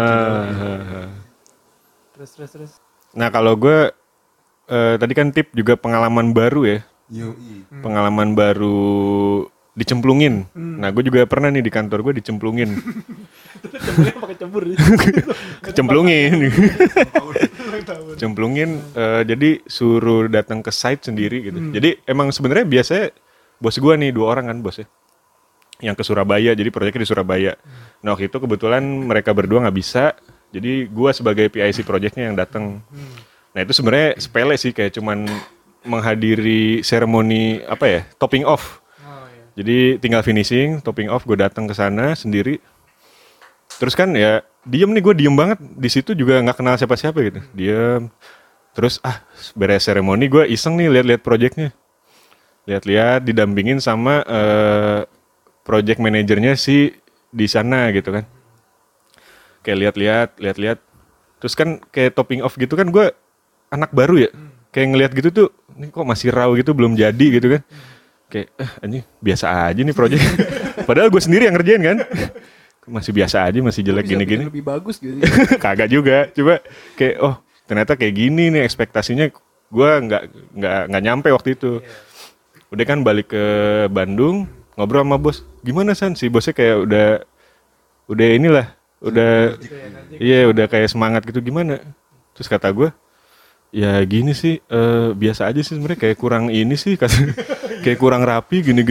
Terus. Nah kalau gue, tadi kan tip juga pengalaman baru ya. Pengalaman baru dicemplungin. Nah gue juga pernah nih di kantor gue dicemplungin. Cemplungnya pakai cembur. Cemplungin. Jadi suruh datang ke site sendiri gitu. Jadi emang sebenarnya biasanya bos gue nih 2 orang kan bosnya. Yang ke Surabaya, jadi proyeknya di Surabaya. Nah waktu itu kebetulan mereka berdua nggak bisa. Jadi gue sebagai PIC proyeknya yang datang. Nah itu sebenarnya sepele sih, kayak cuman menghadiri seremoni topping off. Jadi tinggal finishing, topping off, gue datang ke sana sendiri. Terus kan ya gue diem banget di situ juga nggak kenal siapa-siapa gitu, diem. Terus beres seremoni gue iseng nih lihat-lihat proyeknya, lihat-lihat didampingin sama project manajernya si di sana gitu kan. Kayak lihat-lihat. Terus kan kayak topping off gitu kan, gue anak baru ya. Kayak ngelihat gitu tuh, ini kok masih raw gitu, belum jadi gitu kan. Kayak, anjing biasa aja nih proyek. Padahal gue sendiri yang ngerjain kan. Masih biasa aja, masih jelek gini-gini. Lebih bagus gitu. Kagak juga, coba kayak, ternyata kayak gini nih ekspektasinya. Gue nggak nyampe waktu itu. Udah kan balik ke Bandung, ngobrol sama bos. Gimana San? Si bosnya kayak udah inilah, udah kayak semangat gitu, gimana? Terus kata gue, ya gini sih, biasa aja sih sebenarnya, kayak kurang ini sih, kayak kurang rapi, gini.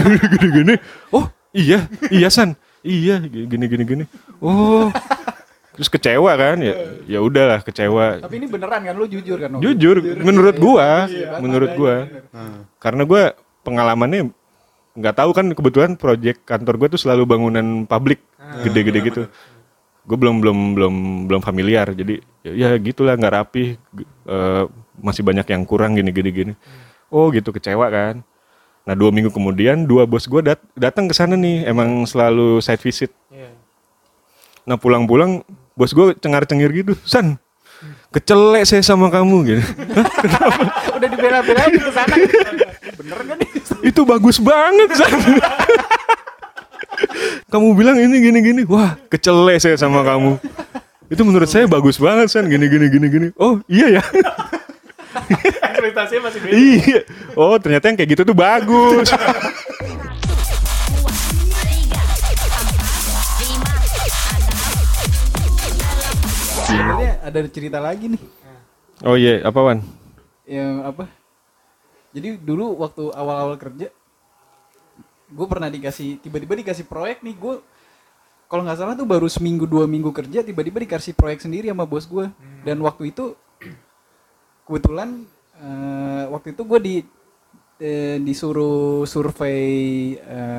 Oh iya San, iya gini. Oh Terus kecewa kan, ya udahlah kecewa. Tapi ini beneran kan, lu jujur kan? Jujur, menurut gua. Karena gua pengalamannya nggak tahu kan, kebetulan proyek kantor gua tuh selalu bangunan publik gede-gede gitu. Gue belum familiar, jadi ya gitulah, nggak rapi, masih banyak yang kurang gini. Oh gitu, kecewa kan. Nah 2 minggu kemudian 2 bos gue datang ke sana nih, emang selalu site visit. Nah pulang-pulang bos gue cengar-cengir gitu, San, kecelek saya sama kamu gitu. Udah dibela-belain ke sana. Bener kan? Itu bagus banget, San. Kamu bilang ini gini. Wah, kecelek saya sama kamu. Itu menurut saya bagus banget, San. Gini. Oh, iya ya. Ekspektasinya masih beda. Iya. Oh, ternyata yang kayak gitu tuh bagus. Sebenarnya ada cerita lagi nih. Oh iya, apa Wan? Yang apa? Jadi dulu waktu awal-awal kerja, gue pernah tiba-tiba dikasih proyek nih. Gue kalau nggak salah tuh baru 1-2 minggu kerja, tiba-tiba dikasih proyek sendiri sama bos gue. Dan waktu itu kebetulan waktu itu gue disuruh survei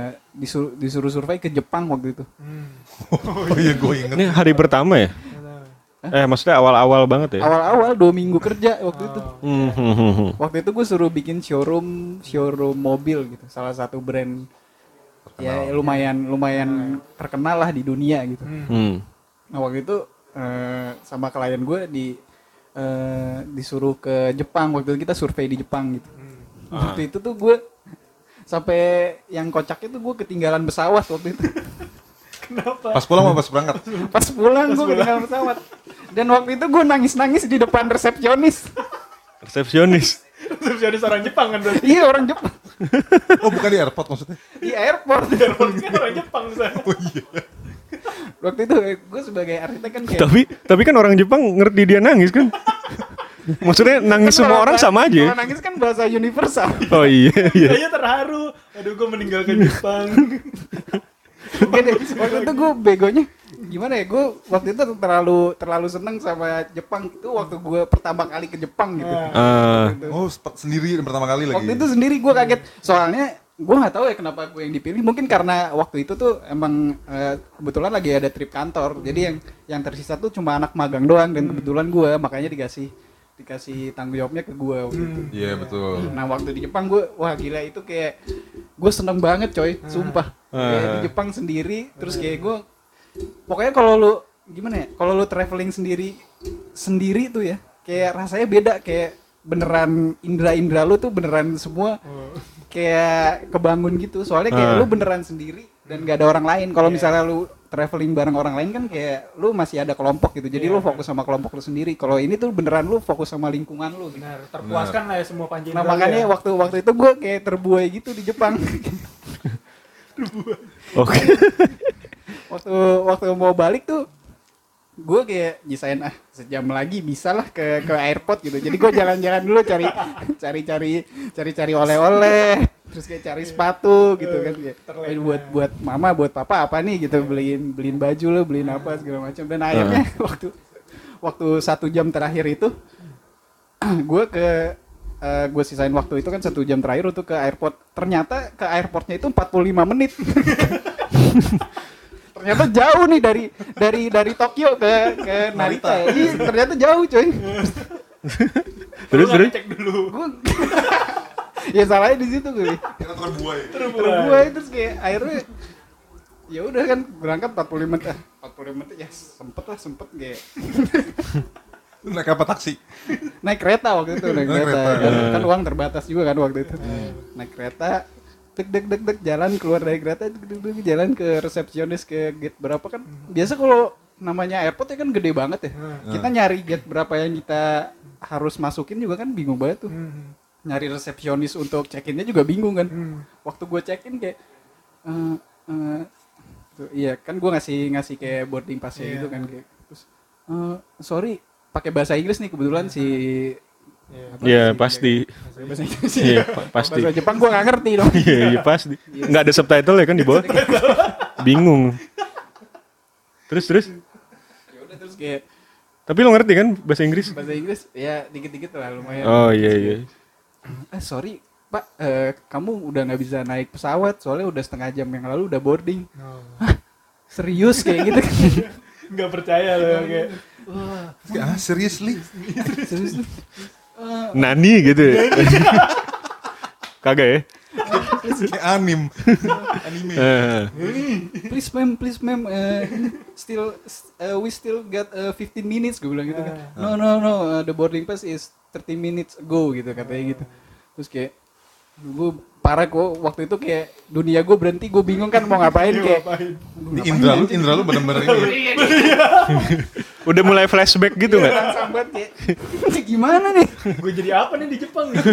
ke Jepang waktu itu. Oh iya, gue inget. Ini hari pertama ya? Maksudnya awal-awal banget ya? Awal-awal 2 minggu kerja waktu itu. Waktu itu gue suruh bikin showroom mobil gitu, salah satu brand terkenal. Ya lumayan terkenal lah di dunia gitu. Nah waktu itu sama klien gue disuruh ke Jepang, waktu itu kita survei di Jepang gitu. Waktu itu tuh gue sampai yang kocak itu gue ketinggalan pesawat waktu itu. Kenapa? Pas pulang apa pas berangkat? Pas pulang gue ketinggalan pesawat. Dan waktu itu gue nangis di depan resepsionis. Resepsionis orang Jepang kan berarti? Iya, orang Jepang. Oh bukan di airport maksudnya? Di airport. Kan orang Jepang sana. Oh iya. Waktu itu gue sebagai arsitek kan kayak... Tapi kan orang Jepang ngerti dia nangis kan? Maksudnya nangis semua orang sama aja. Kalau nangis kan bahasa universal. Oh iya. Kayaknya terharu. Aduh, gue meninggalkan Jepang. Gede, waktu itu gue begonya gimana ya, gue waktu itu terlalu seneng sama Jepang. Itu waktu gue pertama kali ke Jepang gitu. Oh sendiri pertama kali lagi? Waktu itu sendiri gue kaget, soalnya gue nggak tahu ya kenapa gue yang dipilih. Mungkin karena waktu itu tuh emang kebetulan lagi ada trip kantor, jadi yang tersisa tuh cuma anak magang doang, dan kebetulan gue makanya dikasih tanggung jawabnya ke gue waktu itu. Iya betul. Nah waktu di Jepang gue, wah gila itu kayak gue seneng banget coy, sumpah. Kayak di Jepang sendiri, terus kayak gue, pokoknya kalau lu gimana ya, kalau lu traveling sendiri tuh ya, kayak rasanya beda, kayak beneran indra lu tuh beneran semua kayak kebangun gitu. Soalnya kayak lu beneran sendiri dan gak ada orang lain. Kalau misalnya lu traveling bareng orang lain kan kayak lu masih ada kelompok gitu. Jadi lu fokus sama kelompok lu sendiri. Kalau ini tuh beneran lu fokus sama lingkungan lu gitu. Benar, terpuaskan lah ya semua panji. Nah makanya ya, waktu itu gue kayak terbuai gitu di Jepang. Oke. Waktu mau balik tuh gue kayak nyisain sejam lagi bisa lah ke airport gitu. Jadi gue jalan-jalan dulu cari oleh-oleh, terus kayak cari sepatu gitu kan, kayak buat mama, buat papa apa nih gitu, beliin baju lo, beliin apa segala macam. Dan akhirnya waktu 1 jam terakhir itu gue sisain waktu itu kan 1 jam terakhir untuk ke airport. Ternyata ke airportnya itu 45 menit. Ternyata jauh nih dari Tokyo ke Narita. Iya, ternyata jauh coy. Terus cek dulu. Ya salahnya di situ gue. Terbuai. Terus kayak akhirnya ya udah kan berangkat 45 menit. 45 menit ya sempet kayak. Naik apa, taksi? Naik kereta waktu itu, naik kereta. Kan uang terbatas juga kan waktu itu. Naik kereta, deg jalan keluar dari kereta, jalan ke resepsionis, ke gate berapa kan. Biasa kalau namanya airport ya kan gede banget ya. Kita nyari gate berapa yang kita harus masukin juga kan bingung banget tuh. Nyari resepsionis untuk check-innya juga bingung kan. Waktu gue check-in kayak iya kan gue ngasih kayak boarding pass-nya gitu kan kayak. Terus sorry, pakai bahasa Inggris nih kebetulan si Iya pasti. Bahasa Inggris. Iya pasti. Bahasa Jepang gue nggak ngerti dong. Iya pasti. Nggak ada subtitle ya kan di bawah. Bingung. Terus. Ya udah terus Terus kayak Tapi lo ngerti kan bahasa Inggris? bahasa Inggris ya dikit-dikit lah lumayan. Oh iya. Sorry Pak, kamu udah nggak bisa naik pesawat soalnya udah setengah jam yang lalu udah boarding. Hah, serius kayak gitu kan? Nggak percaya loh kayak. Seriously? Serius lu? Nani gitu ya? Kagak ya? Kayak anime. Please ma'am, we still got 15 minutes gue bilang gitu kan. No, the boarding pass is 30 minutes ago gitu katanya gitu. Terus kayak gue parah kok waktu itu kayak dunia gue berhenti, gue bingung kan mau ngapain kayak. Di Indra lu bener-bener ini. Udah mulai flashback gitu nggak? Sambat kayak gimana nih? Gue jadi apa nih di Jepang gitu.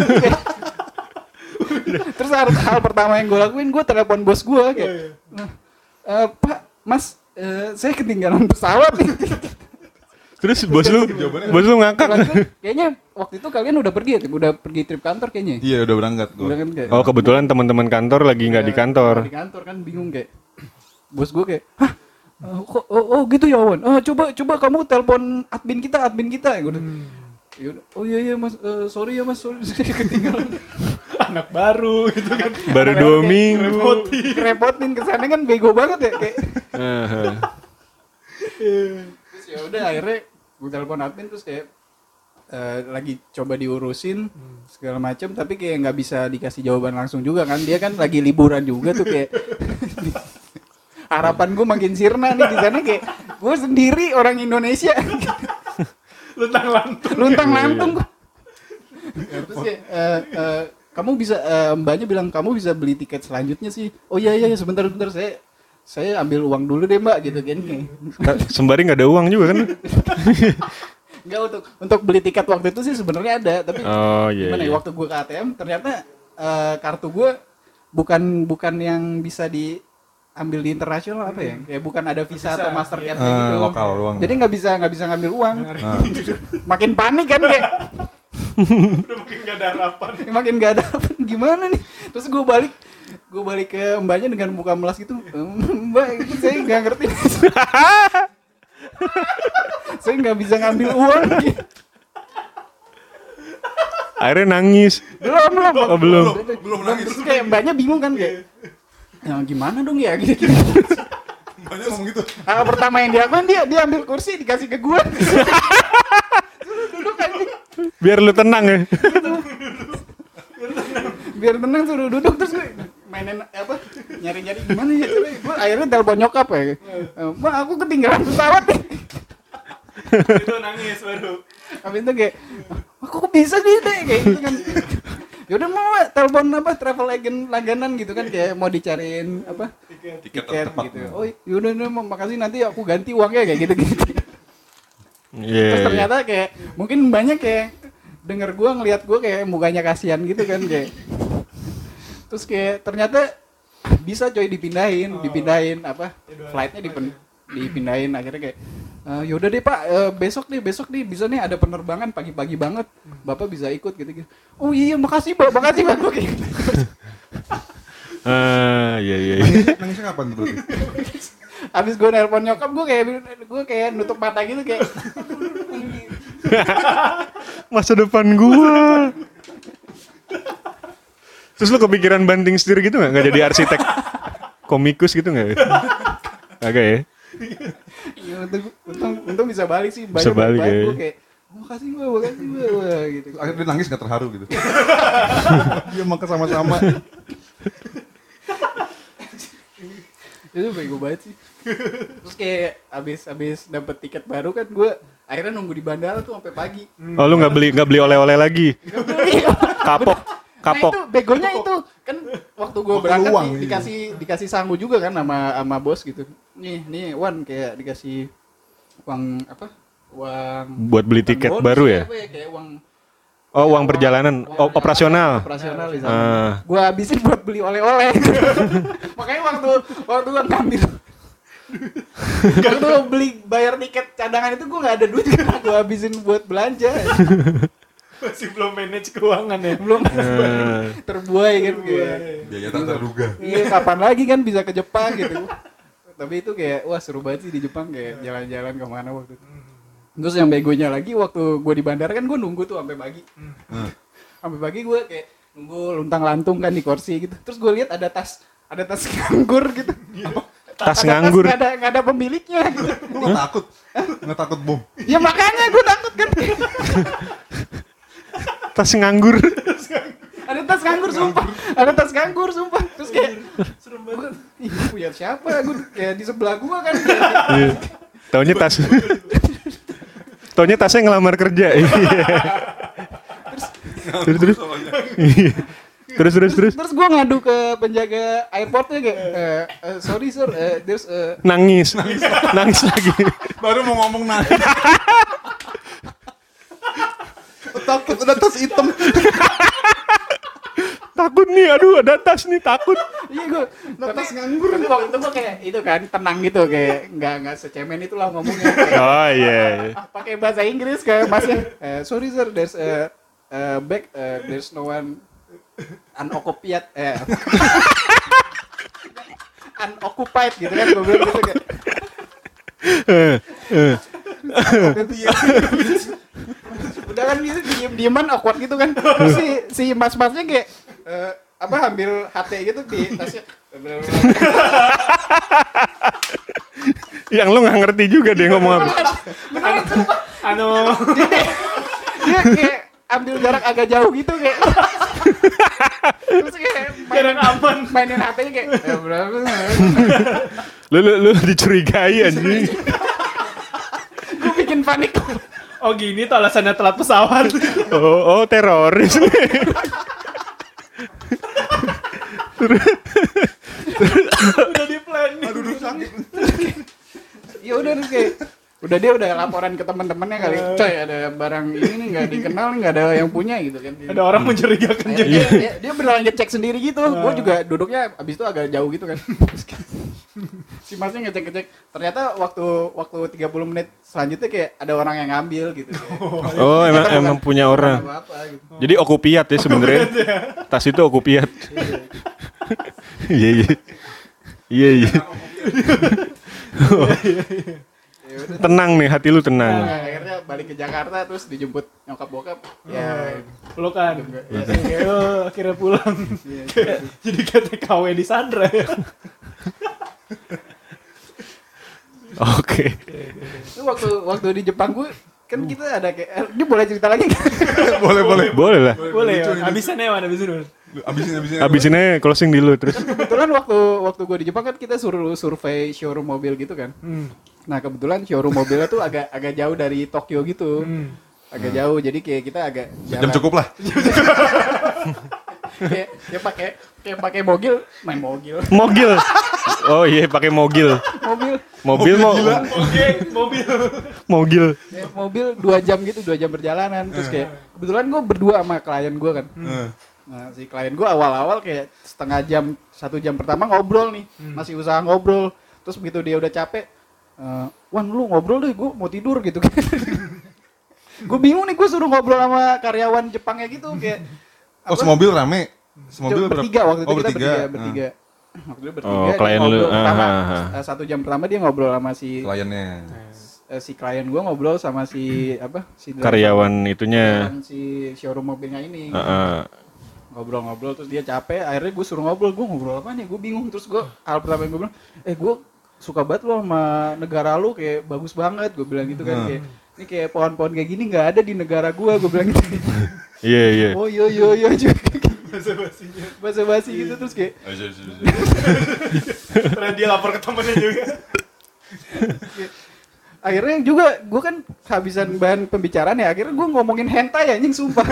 Terus hal pertama yang gue lakuin, gue telepon bos gue kayak, Pak, Mas, saya ketinggalan pesawat nih. Terus bos lu ngakak. Kayaknya waktu itu kalian udah pergi trip kantor kayaknya. Iya udah berangkat gua. Udah kan kayak, Oh kebetulan teman-teman kantor lagi nggak di kantor. Di kantor kan bingung kayak, bos gue kayak, hah? Oh gitu ya Wan. Coba kamu telepon admin kita. Gue oh iya mas, sorry ya mas, saya ketinggalan. Anak baru gitu kan. Baru 2 minggu. Repotin kesana kan bego banget ya kayak. Terus ya udah akhirnya gue telepon admin terus kayak lagi coba diurusin segala macam tapi kayak nggak bisa dikasih jawaban langsung juga kan, dia kan lagi liburan juga tuh kayak. Harapan gue makin sirna nih di sana kayak gue sendiri orang Indonesia. Luntang lantung. Terus kayak kamu bisa mbaknya bilang kamu bisa beli tiket selanjutnya sih. Oh iya sebentar saya ambil uang dulu deh mbak gitu kan. Sembari nggak ada uang juga kan? Enggak, untuk beli tiket waktu itu sih sebenarnya ada tapi gimana ya, iya. waktu gue ke ATM ternyata kartu gue bukan yang bisa diambil di internasional apa ya, kayak bukan ada visa atau Mastercard gitu lokal doang. jadi nggak bisa ngambil uang. Makin panik kan kayak Udah makin gak ada harapan. makin gak ada apa gimana nih. Terus gue balik ke mbaknya dengan muka melas gitu, mbak itu saya nggak ngerti. Saya nggak bisa ngambil uang. Akhirnya nangis. Belum nangis. Terus kayak mbaknya bingung kan kayak, ya gimana dong ya gitu. Mbaknya ngomong gitu. Pertama yang dilakukan dia ambil kursi dikasih ke gue. Duduk aja. Biar lu tenang ya. Biar tenang suruh duduk terus gue mainin apa nyari gimana ya coba. Gue akhirnya telepon nyokap ya. Mbak aku ketinggalan pesawat nih. Itu nangis baru. Habis itu kayak aku kok bisa sih deh kayak gitu kan. Yaudah mau telepon apa travel agent langganan gitu kan kayak mau dicariin apa tiket gitu. Oh yaudah makasih nanti aku ganti uangnya kayak gitu. Terus ternyata kayak mungkin banyak kayak denger gue ngelihat gue kayak mukanya kasihan gitu kan kayak. Terus kayak ternyata bisa coy dipindahin apa flightnya dipindahin akhirnya kayak yaudah deh pak besok nih bisa nih ada penerbangan pagi-pagi banget bapak bisa ikut gitu. Oh iya makasih pak gue kayak gitu. Iya. Nangisnya kapan tuh berarti? Abis gue nelpon nyokap gue kayak nutup mata gitu kayak Masa depan gua. Terus lu kepikiran banting setir gitu nggak jadi arsitek komikus gitu nggak? Agak ya. Ya, untung bisa balik sih. Bisa balik ya. Gue kayak makasih gue gitu. Akhirnya dia nangis gak terharu gitu. Dia makan sama-sama. Itu bego banget sih. Terus kayak abis dapet tiket baru kan gue akhirnya nunggu di bandara tuh sampai pagi. Oh lu nggak beli oleh-oleh lagi? Kapok. Nah itu begonya itu kan waktu gue berangkat dikasih sangu juga kan sama bos gitu. Nih Wan kayak dikasih uang apa? Uang buat beli tiket baru ya? Kayak uang. Oh uang perjalanan operasional. Operasional di sana. Gue habisin buat beli oleh-oleh. Makanya waktu gue ngambil waktu beli bayar tiket cadangan itu gue nggak ada duit karena gue habisin buat belanja. Masih belum manage keuangan ya. Belum terbuai kan kayak. Biaya tak terduga. Iya kapan lagi kan bisa ke Jepang gitu. Tapi itu kayak wah seru banget sih di Jepang kayak jalan-jalan kemana waktu itu. Terus yang begonya lagi waktu gue di bandara kan gue nunggu tuh sampai pagi. Sampai pagi gue kayak nunggu luntang-lantung kan di kursi gitu. Terus gue lihat ada tas nganggur gitu. Tas nganggur. Nggak ada pemiliknya gitu. Lu takut? Nggak takut bom? Ya makanya gue takut kan. Tas nganggur. Ada tas nganggur sumpah. Terus kayak serem banget. Ini punya siapa? Gue kayak di sebelah gue kan. Taunya tasnya ngelamar kerja. Terus gue ngadu ke penjaga airportnya kayak sorry sir, there's nangis lagi. Baru mau ngomong nangis. Takut ada tas hitam. Takut nih, aduh ada tas nih, takut. Iya gue tas nganggur. Tapi waktu itu gue kayak itu kan tenang gitu, kayak nggak secemen itulah ngomongnya. Oh iya. Pakai bahasa Inggris kayak masnya. Sorry sir, there's bag, there's no one unoccupied, unoccupied gitu kan, gue bilang gitu kayak. Udah kan gitu diem-dieman awkward gitu kan. Terus si mas-masnya kayak ambil HT gitu di tasnya. Yang lu nggak ngerti juga deh ngomong apa. Beneran sumpah. Dia kayak ambil jarak agak jauh gitu kayak. Terus kayak jarak aman mainin HT-nya kayak Lu dicurigai anjing. Gue bikin panik. Oh gini tuh alasannya telat pesawat. Oh teroris nih. Udah di plan nih. Aduh sakit. Ya udah terus kayak dia udah laporan ke teman-temannya kali. Coy ada barang ini nih nggak dikenal nih, nggak ada yang punya gitu kan. Ada orang mencurigakan juga. Dia beneran ngecek sendiri gitu. Gue juga duduknya abis itu agak jauh gitu kan. Si masnya ngecek. Ternyata waktu 30 menit selanjutnya kayak ada orang yang ngambil gitu. Oh emang punya orang. Gitu. Jadi okupiat ya sebenarnya. Tas itu okupiat. Iya. Tenang nih, hati lu tenang. Nah, akhirnya balik ke Jakarta terus dijemput nyokap bokap. Ya, Pelukan. Akhirnya pulang. Jadi kayak TKW di Sandra ya. Oke. Itu waktu di Jepang gue kan kita ada kayak ini boleh cerita lagi nggak? Boleh lah. Boleh ya. Abisannya mana? Abisinnya closing dulu terus. Kebetulan waktu gue di Jepang kan kita suruh survei showroom mobil gitu kan. Nah kebetulan showroom mobilnya tuh agak jauh dari Tokyo gitu. Agak jauh, jadi kayak kita agak Jam cukup lah. kayak pakai mogil. Oh iya pakai mogil. Mobil. Mobil 2 jam gitu, 2 jam perjalanan. Terus kayak kebetulan gue berdua sama klien gue kan. Nah si klien gue awal-awal kayak setengah jam, 1 jam pertama ngobrol nih, masih usaha ngobrol. Terus begitu dia udah capek, Wan lu ngobrol deh, gue mau tidur gitu. Gue bingung nih, gue suruh ngobrol sama karyawan Jepangnya gitu kayak. Oh semobil rame? Semobil bertiga waktu itu kita bertiga. Waktu itu bertiga. Oh klien lu. 1 jam pertama dia ngobrol sama si kliennya. Si klien gue ngobrol sama si karyawan itunya. Si showroom mobilnya ini. Ngobrol-ngobrol terus dia capek, akhirnya gue suruh ngobrol apa nih, gue bingung. Terus gue hal pertama yang gue bilang, gue suka banget lo sama negara lo, kayak bagus banget, gue bilang gitu kan. Kayak ini kayak pohon-pohon kayak gini nggak ada di negara gue bilang gitu. Iya. Oh iya juga. Basa-basi gitu terus kayak. Terus dia lapor ke temennya juga. Akhirnya juga gue kan kehabisan bahan pembicaraan ya, akhirnya gue ngomongin hentai anjing sumpah.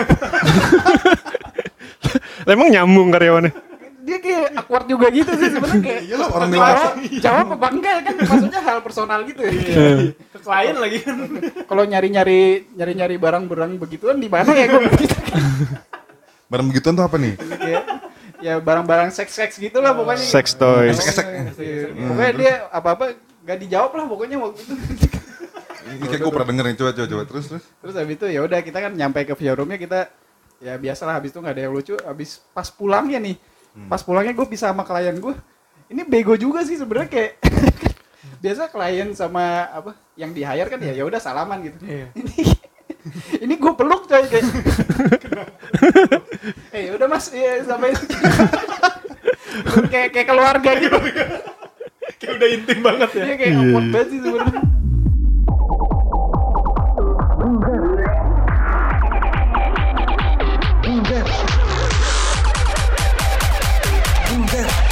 Emang nyambung karyawannya? Dia kayak awkward juga gitu sih sebenarnya kayak. Iyalah orang dewasa. Jawab apa enggak kan maksudnya hal personal gitu ya. Ke klien lagi kan. Kalau nyari barang-barang begituan di mana ya gue begitu. Barang begituan tuh apa nih? Ya barang-barang seks gitu lah pokoknya. Sex toys. Pokoknya dia apa-apa gak dijawab lah pokoknya waktu itu. Ini kayak gue pernah denger nih, coba terus habis itu ya udah kita kan nyampe ke showroomnya, kita ya biasalah habis itu nggak ada yang lucu. Habis pas pulangnya gue bisa sama klien gue, ini bego juga sih sebenarnya kayak biasa klien sama apa yang di hire kan ya udah salaman gitu. Iya. Ini gue peluk coy kayak. Udah mas, ya sampai kayak keluarga gitu. Kayak udah intim banget ya. Iya kayak awkward banget sih sebenarnya. Bunger.